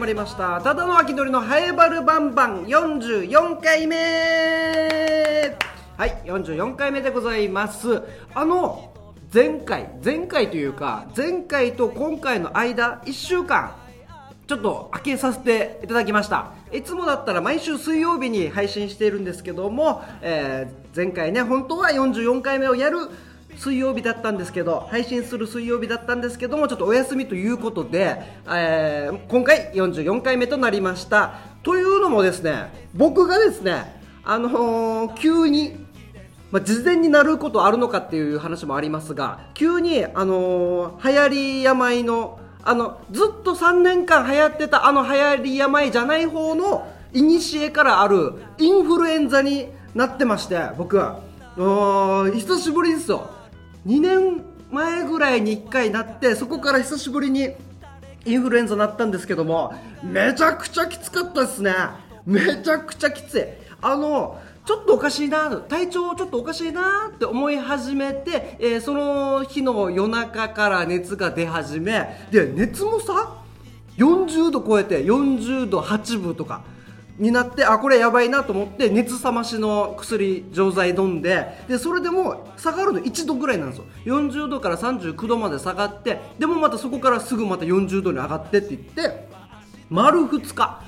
りましたただの秋のりのハエバルバンバン44回目。はい、44回目でございます。前回というか前回と今回の間1週間ちょっと空けさせていただきました。いつもだったら毎週水曜日に配信しているんですけども、前回ね本当は44回目をやる水曜日だったんですけど、配信する水曜日だったんですけどもちょっとお休みということで、今回44回目となりました。というのもですね、僕がですね急に、事前になることあるのかっていう話もありますが、急に流行り病のずっと3年間流行ってた流行り病じゃない方の古からあるインフルエンザになってまして、僕は久しぶりですよ。2年前ぐらいに1回なって、そこから久しぶりにインフルエンザになったんですけども、めちゃくちゃきつかったですね。めちゃくちゃきつい。ちょっとおかしいな、体調ちょっとおかしいなって思い始めて、その日の夜中から熱が出始めで、熱もさ40度超えて40度8分とかになって、これやばいなと思って熱冷ましの薬錠剤飲んで、それでも下がるの1度ぐらいなんですよ。40度から39度まで下がって、でもまたそこからすぐまた40度に上がってって言って丸2日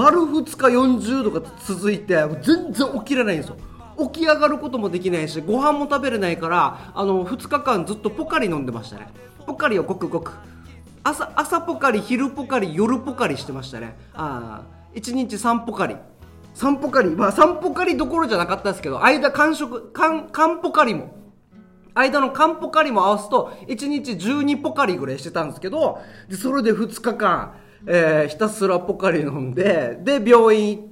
40度が続いて、全然起きれないんですよ。起き上がることもできないし、ご飯も食べれないから、2日間ずっとポカリ飲んでましたね。ポカリをごくごく朝ポカリ、昼ポカリ、夜ポカリしてましたね。1日3ポカリ、3ポカリどころじゃなかったですけど、間間ポカリも間の缶ポカリも合わすと1日12ポカリぐらいしてたんですけど、それで2日間ひたすらポカリ飲んで、病院行って、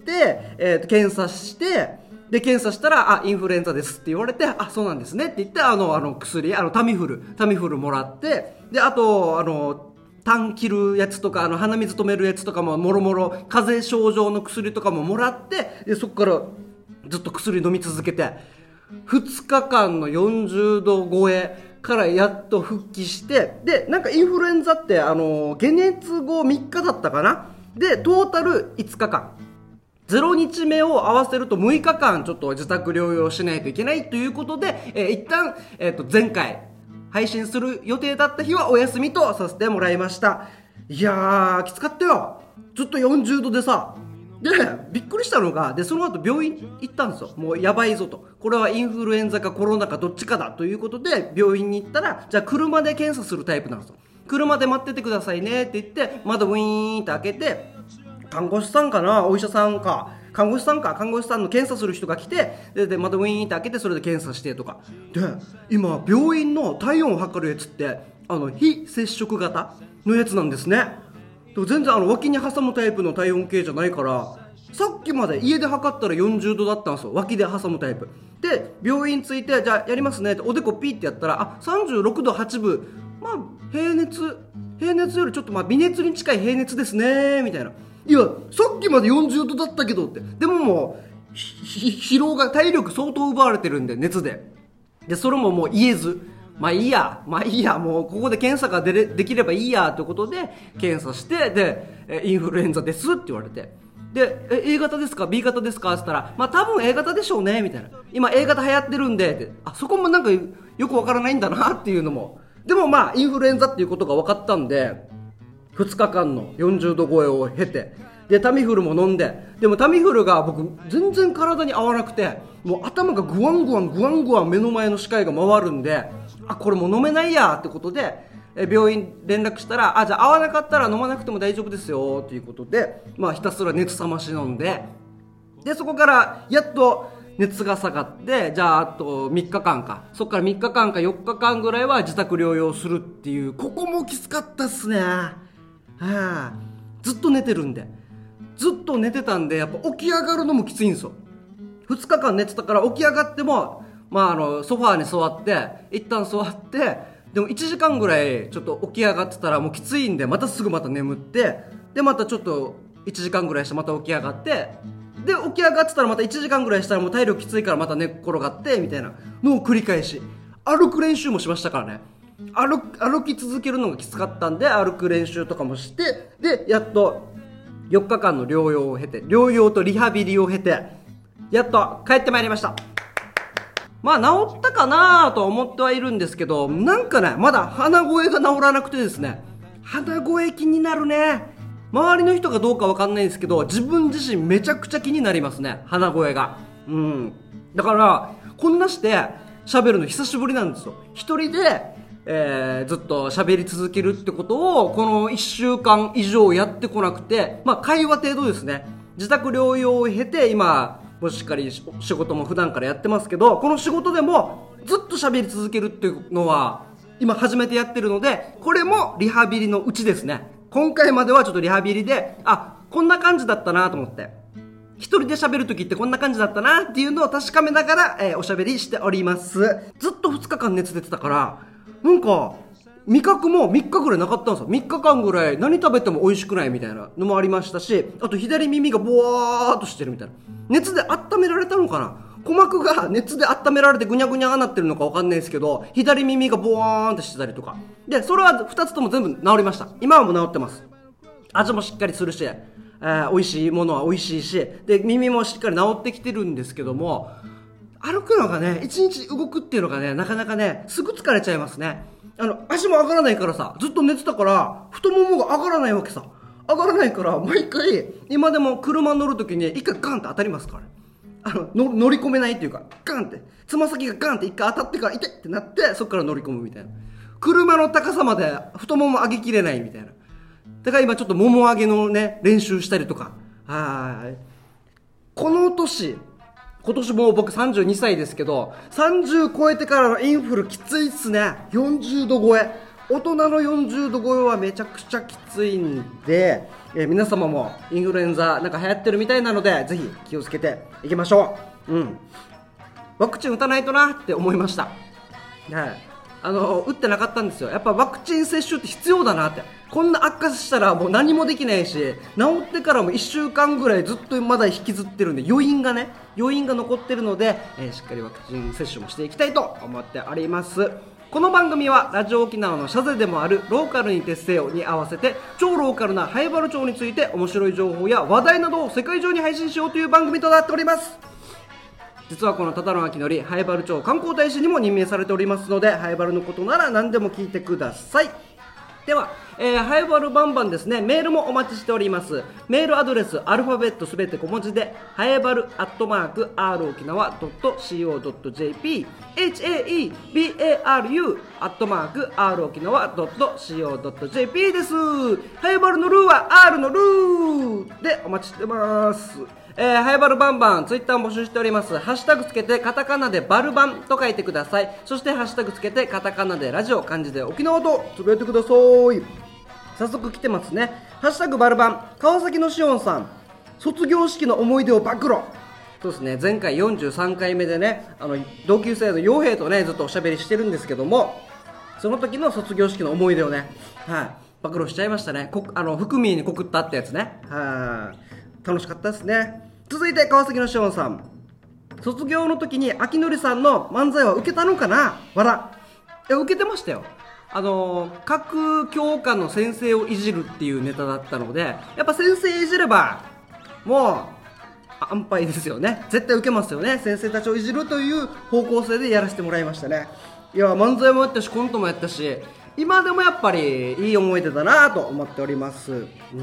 検査して、検査したらインフルエンザですって言われて、そうなんですねって言って、薬タミフルもらって、あと痰切るやつとか鼻水止めるやつとかももろもろ、風邪症状の薬とかももらって、そこからずっと薬飲み続けて2日間の40度超えからやっと復帰して、なんかインフルエンザって解熱後3日だったかな、でトータル5日間、0日目を合わせると6日間ちょっと自宅療養しないといけないということで、一旦、前回配信する予定だった日はお休みとさせてもらいました。いやーきつかったよ。ずっと40度でさ、でびっくりしたのが、その後病院行ったんですよ。もうやばいぞと、これはインフルエンザかコロナかどっちかだということで病院に行ったら、じゃあ車で検査するタイプなんですよ。車で待っててくださいねって言って、窓ウィーンって開けて、看護師さんかな、お医者さんか看護師さんの検査する人が来て、で窓ウィーンって開けて、それで検査してとかで、今病院の体温を測るやつって非接触型のやつなんですね。全然脇に挟むタイプの体温計じゃないから、さっきまで家で測ったら40度だったんですよ、脇で挟むタイプで。病院着いて、じゃあやりますねっておでこピーってやったら、36度8分、平熱よりちょっと微熱に近い平熱ですねみたいな。いやさっきまで40度だったけどって。でももう疲労が、体力相当奪われてるんで、熱でそれももう言えず、いいやもうここで検査ができればいいやということで検査して、でインフルエンザですって言われて、でA 型ですか B 型ですかって言ったら、多分 A 型でしょうねみたいな。今 A 型流行ってるんでって、そこもなんかよくわからないんだなっていうのも、でもインフルエンザっていうことが分かったんで、2日間の40度超えを経て、でタミフルも飲んで、でもタミフルが僕全然体に合わなくて、もう頭がグワングワン目の前の視界が回るんで、これもう飲めないやってことで、病院連絡したら、じゃあ合わなかったら飲まなくても大丈夫ですよということで、ひたすら熱冷まし飲んで、そこからやっと熱が下がって、じゃああと3日間か、そこから3日間か4日間ぐらいは自宅療養するっていう。ここもきつかったっすね。ずっと寝てるんで、ずっと寝てたんで、やっぱ起き上がるのもきついんですよ。2日間寝てたから起き上がっても、ソファーに座って一旦座って、でも1時間ぐらいちょっと起き上がってたらもうきついんで、またすぐまた眠って、でまたちょっと1時間ぐらいしてまた起き上がって、で起き上がってたらまた1時間ぐらいしたらもう体力きついからまた寝っ転がってみたいなのを繰り返し、歩く練習もしましたからね。歩き続けるのがきつかったんで歩く練習とかもして、でやっと 4日間の療養を経て、療養とリハビリを経て、やっと帰ってまいりました。まあ治ったかなと思ってはいるんですけど、なんかね、まだ鼻声が治らなくてですね、鼻声気になるね。周りの人がどうかわかんないんですけど、自分自身めちゃくちゃ気になりますね、鼻声が。だからこんなして喋るの久しぶりなんですよ。一人で、ずっと喋り続けるってことをこの1週間以上やってこなくて、まあ会話程度ですね。自宅療養を経て今もしっかり仕事も普段からやってますけど、この仕事でもずっと喋り続けるっていうのは今初めてやってるので、これもリハビリのうちですね。今回まではちょっとリハビリで、こんな感じだったなと思って、一人で喋るときってこんな感じだったなっていうのを確かめながら、おしゃべりしております。ずっと2日間熱出てたから、なんか味覚も3日ぐらいなかったんですよ。3日間ぐらい何食べても美味しくないみたいなのもありましたし、あと左耳がボワーっとしてるみたいな。熱で温められたのかな、鼓膜が熱で温められてぐにゃぐにゃなってるのか分かんないですけど、左耳がボワーンってしてたりとかで、それは2つとも全部治りました。今はもう治ってます。味もしっかりするし、美味しいものは美味しいし、で耳もしっかり治ってきてるんですけども、歩くのがね、1日動くっていうのがね、なかなかね、すぐ疲れちゃいますね。足も上がらないからさ、ずっと寝てたから太ももが上がらないわけさ。上がらないから毎回、今でも車乗るときに一回ガンって当たりますから、乗り込めないっていうか、ガンってつま先がガンって一回当たってから痛いってなって、そっから乗り込むみたいな。車の高さまで太もも上げきれないみたいな。だから今ちょっともも上げのね練習したりとか。この年、今年もう僕32歳ですけど、30超えてからのインフルきついっすね。40度超え、大人の40度超えはめちゃくちゃきついんで、皆様もインフルエンザなんか流行ってるみたいなので、ぜひ気をつけていきましょう。ワクチン打たないとなって思いました。打ってなかったんですよ。やっぱワクチン接種って必要だなって。こんな悪化したらもう何もできないし、治ってからも1週間ぐらいずっとまだ引きずってるんで、余韻が残ってるので、しっかりワクチン接種もしていきたいと思っております。この番組はラジオ沖縄のシャゼでもあるローカルに徹せよに合わせて、超ローカルな南原町について面白い情報や話題などを世界中に配信しようという番組となっております。実はこの忠野明則、南原町観光大使にも任命されておりますので、南原のことなら何でも聞いてください。では、南原バンバンですね、メールもお待ちしております。メールアドレスアルファベットすべて小文字で、南原@r沖縄 .co.jp、 HAEBARU @r沖縄 .co.jp です。南原のルーは R のルーでお待ちしてます。ハイバルバンバンツイッターも募集しております。ハッシュタグつけてカタカナでバルバンと書いてください。そしてハッシュタグつけてカタカナでラジオ、漢字で沖縄とつぶやいてください。早速来てますね。ハッシュタグバルバン、川崎のしおんさん、卒業式の思い出を暴露。そうですね、前回43回目でね、同級生の陽平とねずっとおしゃべりしてるんですけども、その時の卒業式の思い出をね、暴露しちゃいましたね。福民に告ったってやつね。楽しかったですね。続いて川崎のしおんさん、卒業の時に秋典さんの漫才は受けたのかな。笑。いや、受けてましたよ。各教科の先生をいじるっていうネタだったので、やっぱ先生いじればもう安牌ですよね。絶対受けますよね。先生たちをいじるという方向性でやらせてもらいましたね。いや、漫才もやったしコントもやったし、今でもやっぱりいい思い出だなと思っております。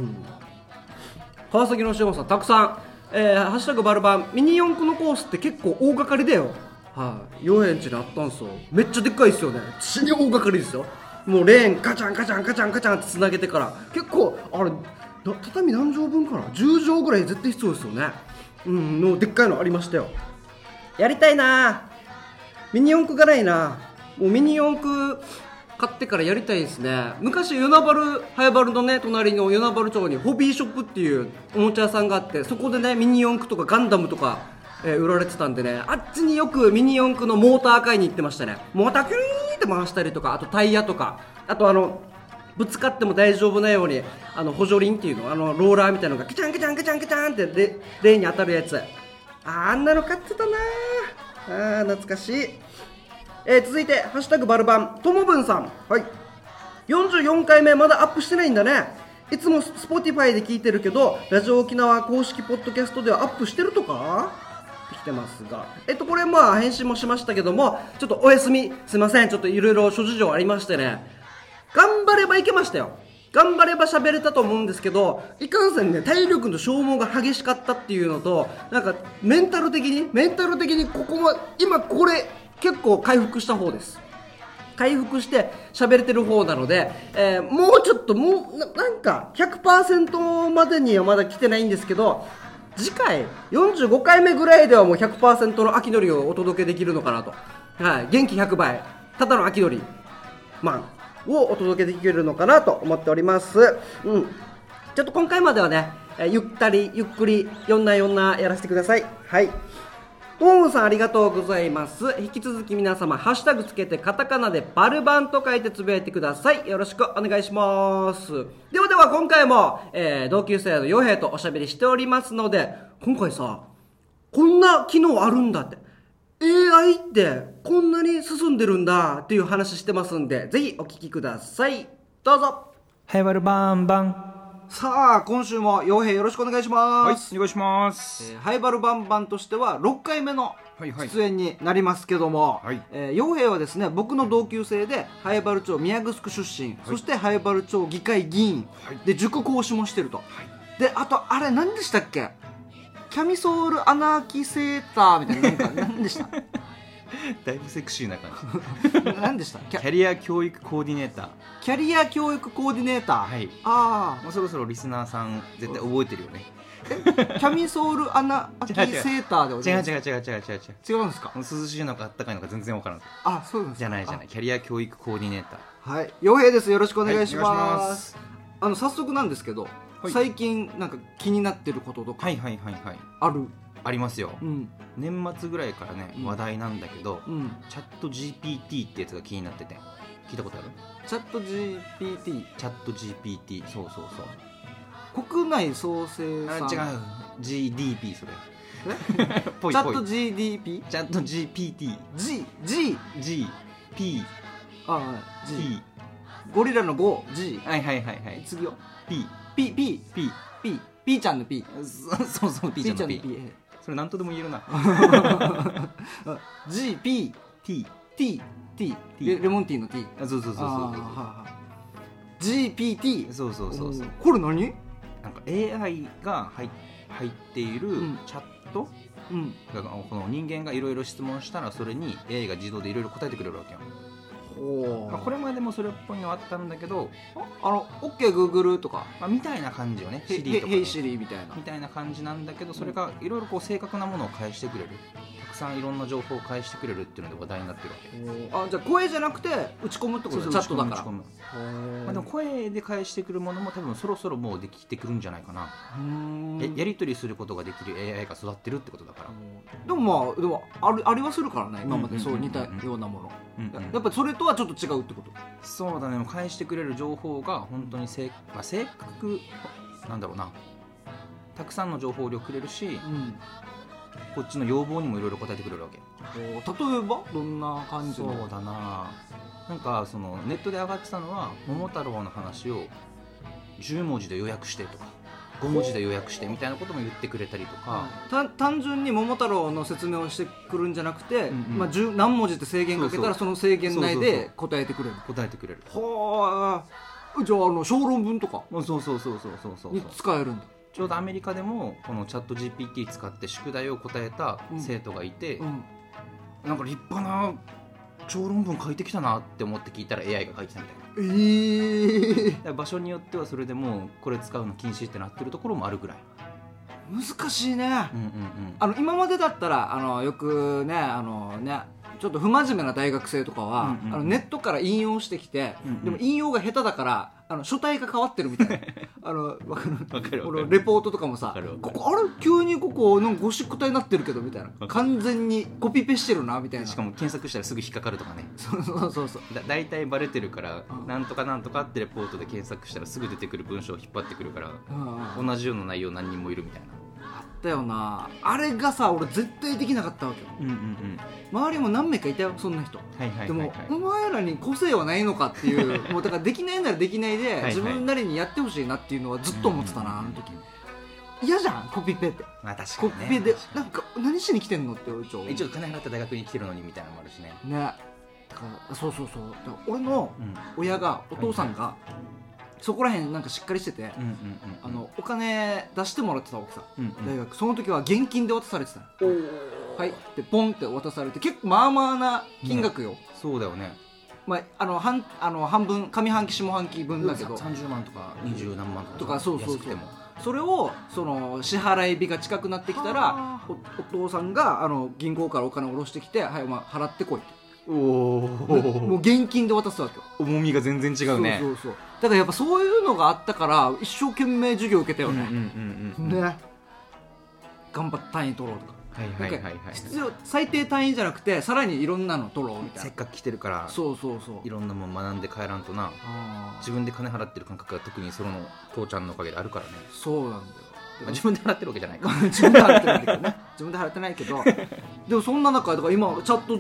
川崎のしおんさんたくさん、ハッシュタグバルバン、ミニ四駆のコースって結構大掛かりだよ。4円地にあったんすよ。めっちゃでっかいですよね。死に大掛かりですよ。もうレーンガチャンガチャンガチャンガチャンってつなげてから、結構あれ畳何畳分かな、10畳ぐらい絶対必要ですよね。のでっかいのありましたよ。やりたいな。ミニ四駆がないな。もうミニ四駆買ってからやりたいですね。昔南原のね隣の与那原町にホビーショップっていうおもちゃ屋さんがあって、そこでねミニ四駆とかガンダムとか、売られてたんでね、あっちによくミニ四駆のモーター買いに行ってましたね。モーターキュイーンって回したりとか、あとタイヤとか、あとぶつかっても大丈夫なように補助輪っていうの、ローラーみたいなのがキチャンキチャンキチャンキチャンってレーンに当たるやつ、あんなの買ってたな。懐かしい。続いてハッシュタグバルバン、ともぶんさん、44回目まだアップしてないんだね。 いつも Spotify で聞いてるけどラジオ沖縄公式ポッドキャストではアップしてるとかってきてますが、これまあ返信もしましたけども、ちょっとお休みすいません、ちょっといろいろ諸事情ありましてね、頑張ればいけましたよ。頑張れば喋れたと思うんですけど、いかんせんね、体力の消耗が激しかったっていうのと、なんかメンタル的にここは今これ結構回復した方です。回復して喋れてる方なので、もうちょっとなんか 100% までにはまだ来てないんですけど、次回45回目ぐらいではもう 100% の秋のりをお届けできるのかなと、はい、元気100倍ただの秋のりマンをお届けできるのかなと思っております。ちょっと今回まではね、ゆったりゆっくり4なやらせてください。はい、トームさんありがとうございます。引き続き皆様ハッシュタグつけてカタカナでバルバンと書いてつぶやいてください。よろしくお願いします。では今回も、同級生のヨヘイとおしゃべりしておりますので、今回さ、こんな機能あるんだって、 AI ってこんなに進んでるんだっていう話してますんで、ぜひお聞きください。どうぞ。 ハイバルバンバン。 さあ今週も陽平よろしくお願いします。 はい、お願いします。 ハイバルバンバンとしては6回目の出演になりますけども、陽平はですね、僕の同級生でハイバル町宮城出身、そしてハイバル町議会議員、で塾講師もしてると、であとあれ何でしたっけ、キャミソールアナーキセーターみたいな、なんか何でしただいぶセクシーな感じ何でしたキャリア教育コーディネーター。 キャリア教育コーディネーター、はい、ああ、 もうそろそろリスナーさん絶対覚えてるよね。 キャミソールアナーキセーターで違うんですか。 涼しいのかあったかいのか全然分からん。 あ、そうです。 じゃないキャリア教育コーディネーター。はい、陽平です。よろしくお願いします。早速なんですけど、最近なんか気になってることとかある？ ありますよ、年末ぐらいからね、話題なんだけど、チャット GPT ってやつが気になってて、聞いたことある？ チャット GPT。 チャット GPT、 そう国内総生産。 違う、 GDP それぽいチャット GDP？ チャット GPT。 G P ああ G ゴリラの 5G。 はい次は P ちゃんの P。 そう P ちゃんの P。 それ何とでも言えるな。 GP T レモンティーの T。 そう GPT。 そうこれ何？ なんか AI が入っているチャット、だからこの人間がいろいろ質問したらそれに AI が自動でいろいろ答えてくれるわけよ。これまでもそれっぽいのはあったんだけど、 OKGoogle とか、 みたいな感じよね。 Siri とか、Hey Siri みたいな感じなんだけど、それがいろいろこう正確なものを返してくれる、たくさんいろんな情報を返してくれるっていうので話題になってるわけ。 じゃあ声じゃなくて打ち込むってこと？チャットだから。 でも声で返してくるものも多分そろそろもうできてくるんじゃないかな。やり取りすることができる AI が育ってるってことだから。 でもありはするからね、今までそう似たようなもの。やっぱりそれとはちょっと違うってこと？ そうだね。返してくれる情報が本当に正確なんだろうな、たくさんの情報量くれるし、こっちの要望にもいろいろ答えてくれるわけ。 例えばどんな感じの？ そうだな、なんかそのネットで上がってたのは、桃太郎の話を10文字で予約してとか5文字で予約してみたいなことも言ってくれたりとか、 単純に桃太郎の説明をしてくるんじゃなくて、何文字って制限かけたらその制限内で答えてくれる。はあ、じゃあ小論文とかに使えるんだ。 ちょうどアメリカでもこのチャット GPT 使って宿題を答えた生徒がいて、なんか立派な小論文書いてきたなって思って聞いたら AI が書いてたみたいな。場所によってはそれでもうこれ使うの禁止ってなってるところもあるぐらい。 難しいね。今までだったらよくねちょっと不真面目な大学生とかは、ネットから引用してきて、でも引用が下手だから書体が変わってるみたいなわかるレポートとかもさ、ここ急にここなんかゴシック体になってるけどみたいな、完全にコピペしてるなみたいな。 しかも検索したらすぐ引っかかるとかね。 そうだいたいバレてるから、なんとかなんとかってレポートで検索したらすぐ出てくる文章を引っ張ってくるから、同じような内容何人もいるみたいな。 ったよな。あれがさ俺絶対できなかったわけよ、 うんうんうん、 周りも何名かいたよそんな人、 はいはいはいはい、 でもお前らに個性はないのかっていうもうだからできないならできないではい、はい、自分なりにやってほしいなっていうのはずっと思ってたな、あの時嫌じゃんコピペって、 まあ確かコにね、 ピペでなんか何しに来てんのって一応金払った大学に来てるのにみたいなのもあるしね。 ね、だからそうだから俺の親が、お父さんが、そこら辺なんかしっかりしてて、お金出してもらってたわけさ、大学その時は現金で渡されてたの、はいでポンって渡されて結構まあまあな金額よ、 そうだよね、 まあ、半分上半期下半期分だけど 30万とか20何万とかそうそれをその支払い日が近くなってきたら お父さんが銀行からお金を下ろしてきてはいお前払ってこいって、もう現金で渡すわけよ。 重みが全然違うね。 そうだからやっぱそういうのがあったから一生懸命授業受けたよね、ね、頑張って単位取ろうとか、必要最低単位じゃなくてさらにいろんなの取ろうみたいな、 せっかく来てるからそういろんなもん学んで帰らんとな、自分で金払ってる感覚が特にその父ちゃんのおかげであるからね。 そうなんだよ、 自分で払ってるわけじゃないか自分で払ってないけどね自分で払ってないけどでもそんな中だから今チャット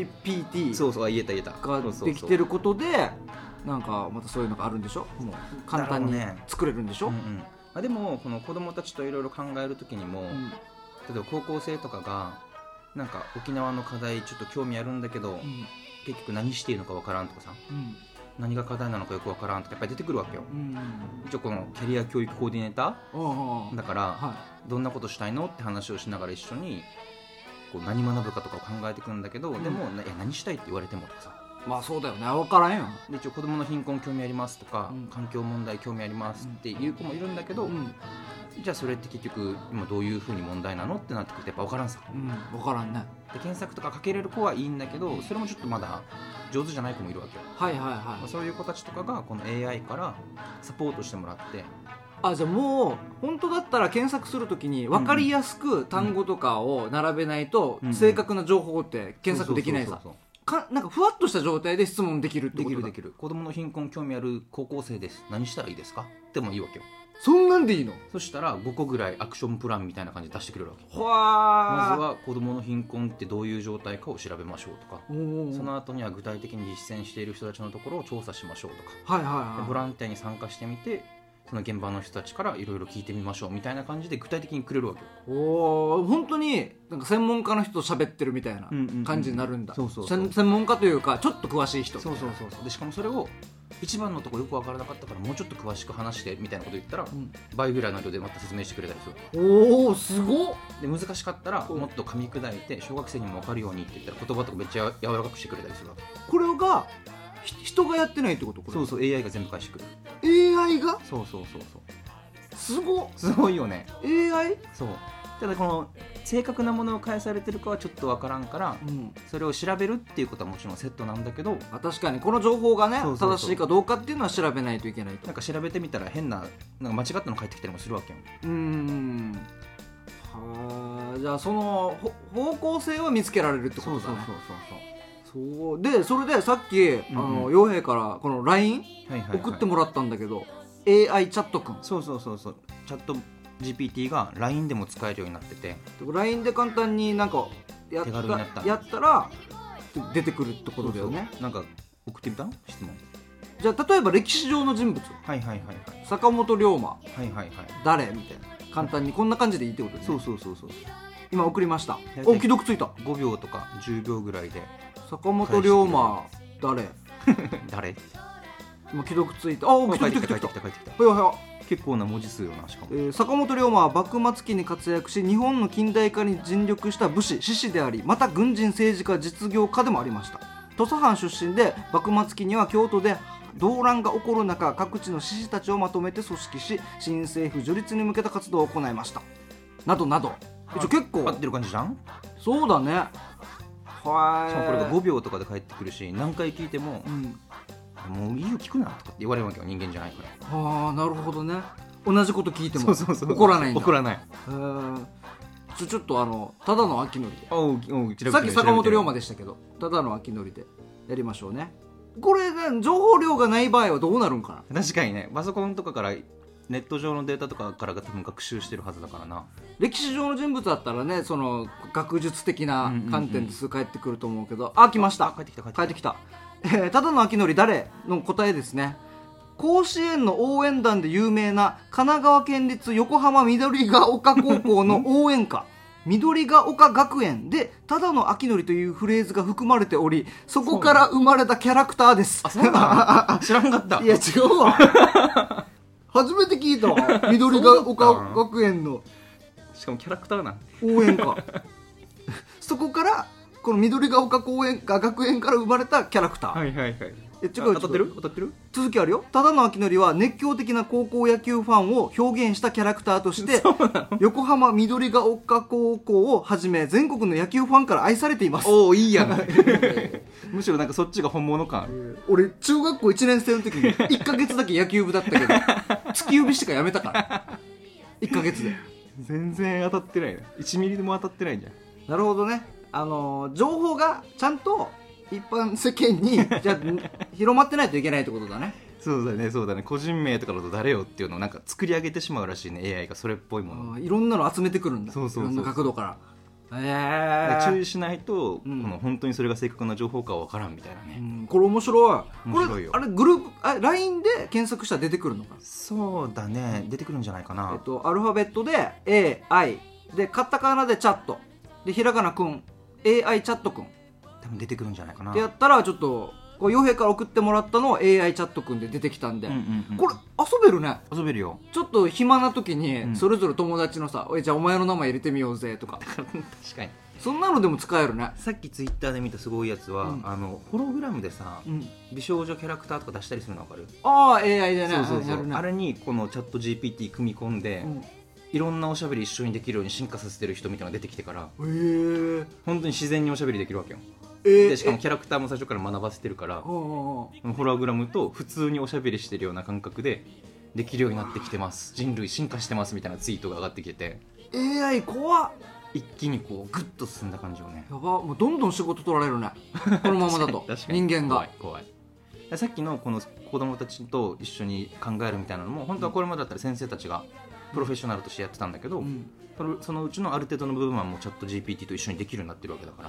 GPT 言えたができてることでなんかまたそういうのがあるんでしょ、もう簡単に作れるんでしょ、 でもこの子供たちといろいろ考えるときにも、例えば高校生とかがなんか沖縄の課題ちょっと興味あるんだけど、結局何していいのかわからんとかさ、何が課題なのかよくわからんとかやっぱり出てくるわけよ、一応このキャリア教育コーディネーターだから、どんなことしたいのって話をしながら一緒にこう何学ぶかとかを考えていくんだけど、でも何したいって言われてもとかさ、 まあそうだよね、分からんよ。 で一応子どもの貧困興味ありますとか、環境問題興味ありますっていう子もいるんだけど、じゃあそれって結局今どういうふうに問題なのってなってくるとやっぱ分からんさ、 分からんね。 で検索とかかけれる子はいいんだけど、それもちょっとまだ上手じゃない子もいるわけよ。そういう子たちとかがこの AI からサポートしてもらって、 じゃあもう本当だったら検索するときに分かりやすく単語とかを並べないと正確な情報って検索できないさ、なんかふわっとした状態で質問できるってことだ。 できる。子供の貧困興味ある高校生です、何したらいいですかでもいいわけよ。 そんなんでいいの？ そしたら5個ぐらいアクションプランみたいな感じで出してくれるわけ。まずは子供の貧困ってどういう状態かを調べましょうとか、その後には具体的に実践している人たちのところを調査しましょうとか、ボランティアに参加してみてその現場の人たちからいろいろ聞いてみましょうみたいな感じで具体的にくれるわけよ。 本当になんか専門家の人と喋ってるみたいな感じになるんだ。専門家というかちょっと詳しい人。 でしかもそれを一番のところよく分からなかったからもうちょっと詳しく話してみたいなこと言ったら、倍ぐらいの量でまた説明してくれたりする。 すごっ。 で難しかったらもっと噛み砕いて小学生にも分かるようにって言ったら言葉とかめっちゃ柔らかくしてくれたりするわけ。 これが人がやってないってこと？これそう AI が全部返してくる。 AI が？ そうすごいよね AI。 そうただこの正確なものを返されてるかはちょっと分からんから、それを調べるっていうことはもちろんセットなんだけど、 確かにこの情報がね正しいかどうかっていうのは調べないといけないと。 なんか調べてみたら変な、なんか間違ったの返ってきたりもするわけよ。 じゃあその方向性は見つけられるってことだね。そうでそれでさっき陽平からこの LINE 送ってもらったんだけど、AI チャットくん。 そうチャット GPT が LINE でも使えるようになってて、 LINE で簡単になんかやったら出てくるってことだよね。 なんか送ってみたの質問。 じゃあ例えば歴史上の人物、坂本龍馬、誰みたいな簡単にこんな感じでいいってことですね。 そう今送りました。既読ついた。 5秒とか10秒ぐらいで坂本龍馬誰今既読ついた。帰ってきた結構な文字数よな。しかも、 坂本龍馬は幕末期に活躍し日本の近代化に尽力した武士志士であり、また軍人政治家実業家でもありました。土佐藩出身で幕末期には京都で動乱が起こる中各地の志士たちをまとめて組織し新政府樹立に向けた活動を行いましたなどなど。結構合ってる感じじゃん。 そうだね。 これが5秒とかで返ってくるし、何回聞いても、もういいよ聞くなとかって言われるわけよ、人間じゃないから。 なるほどね。同じこと聞いても怒らないんだ。 怒らない。 ちょっとただの秋のりでさっき坂本龍馬でしたけど、ただの秋のりでやりましょうね。これね、情報量がない場合はどうなるんかな。 確かにね、パソコンとかからネット上のデータとかからが多分学習してるはずだからな。 歴史上の人物だったらね、その学術的な観点ですぐ返ってくると思うけど、来ました。 帰ってきた。 ただの秋のり誰の答えですね。甲子園の応援団で有名な神奈川県立横浜緑が丘高校の応援歌緑が丘学園でただの秋のりというフレーズが含まれており、そこから生まれたキャラクターです。 あ、そうなん知らんかった。 いや違うわ初めて聞いたわ。緑が丘学園のしかもキャラクターな応援歌そこからこの緑が丘学園から生まれたキャラクター。 はいはいはい。 当たってる続きあるよ。ただの秋のりは熱狂的な高校野球ファンを表現したキャラクターとして横浜緑が丘高校をはじめ全国の野球ファンから愛されています。 おお、いいやんむしろなんかそっちが本物感ある。 俺中学校1年生の時に1ヶ月だけ野球部だったけど突き指してからやめたから1ヶ月で全然当たってないね。1ミリでも当たってないんじゃん。 なるほどね。情報がちゃんと一般世間にじゃ広まってないといけないってことだね。 そうだね。個人名とかだと誰よっていうのをなんか作り上げてしまうらしいね、 AI がそれっぽいもの。 いろんなの集めてくるんだ。 そういろんな角度から。 注意しないと、この本当にそれが正確な情報かは分からんみたいなね。 これ面白い。 面白いよ。 これあれグループLINE で検索したら出てくるのか。 そうだね、出てくるんじゃないかな。 アルファベットで AI でカタカナでチャットでひらがなくん AI チャットくん多分出てくるんじゃないかなってやったら、ちょっとこう傭兵から送ってもらったのを AI チャットくんで出てきたんで、これ遊べるね。 遊べるよ。 ちょっと暇な時にそれぞれ友達のさ、おいじゃあお前の名前入れてみようぜとか確かにそんなのでも使えるね。 さっきツイッターで見たすごいやつは、ホログラムでさ、美少女キャラクターとか出したりするの分かる？ AI でね。 そうあれにこのチャット GPT 組み込んで、いろんなおしゃべり一緒にできるように進化させてる人みたいなのが出てきてから、本当に自然におしゃべりできるわけよ。でしかもキャラクターも最初から学ばせてるから、ホログラムと普通におしゃべりしてるような感覚でできるようになってきてます、人類進化してますみたいなツイートが上がってきて、 AI 怖っ。 一気にこうグッと進んだ感じをね。 やば、もうどんどん仕事取られるねこのままだと人間が怖い。さっきのこの子供たちと一緒に考えるみたいなのも本当はこれまでだったら先生たちがプロフェッショナルとしてやってたんだけど、そのうちのある程度の部分はもうチャット GPT と一緒にできるようになってるわけだから。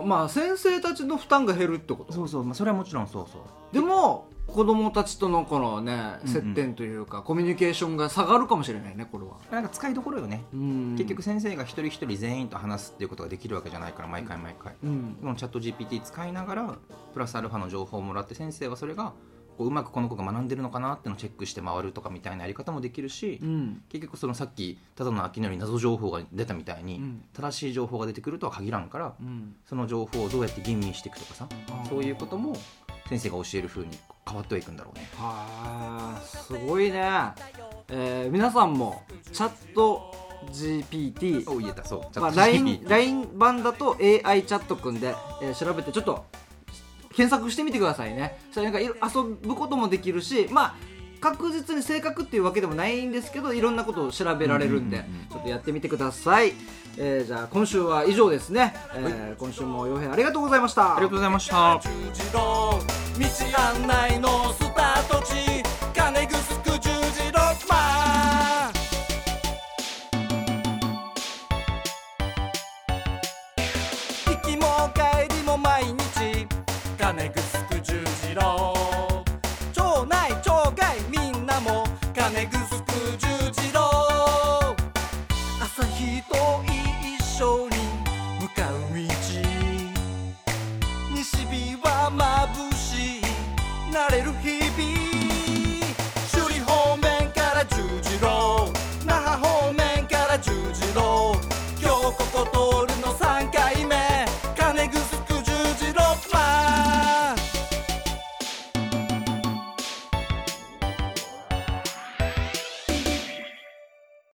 まあ先生たちの負担が減るってこと。 そう、それはもちろんそうでも子供たちとのこのね接点というか、コミュニケーションが下がるかもしれないね。これはなんか使いどころよね。結局先生が一人一人全員と話すっていうことができるわけじゃないから、毎回、このチャット GPT 使いながらプラスアルファの情報をもらって、先生はそれがうまくこの子が学んでるのかなってのをチェックして回るとかみたいなやり方もできるし、結局そのさっきただの秋のり謎情報が出たみたいに、正しい情報が出てくるとは限らんから、その情報をどうやって吟味していくとかさ、そういうことも先生が教える風に変わってはいくんだろうね。 すごいね。皆さんもチャット GPT、 言えた、そう、 LINE 版だと AI チャットくんで、調べてちょっと検索してみてくださいね。それなんか遊ぶこともできるし、まあ確実に正確っていうわけでもないんですけど、いろんなことを調べられるんで、ちょっとやってみてください。じゃあ今週は以上ですね。今週も陽平ありがとうございました。 ありがとうございました。 道案内の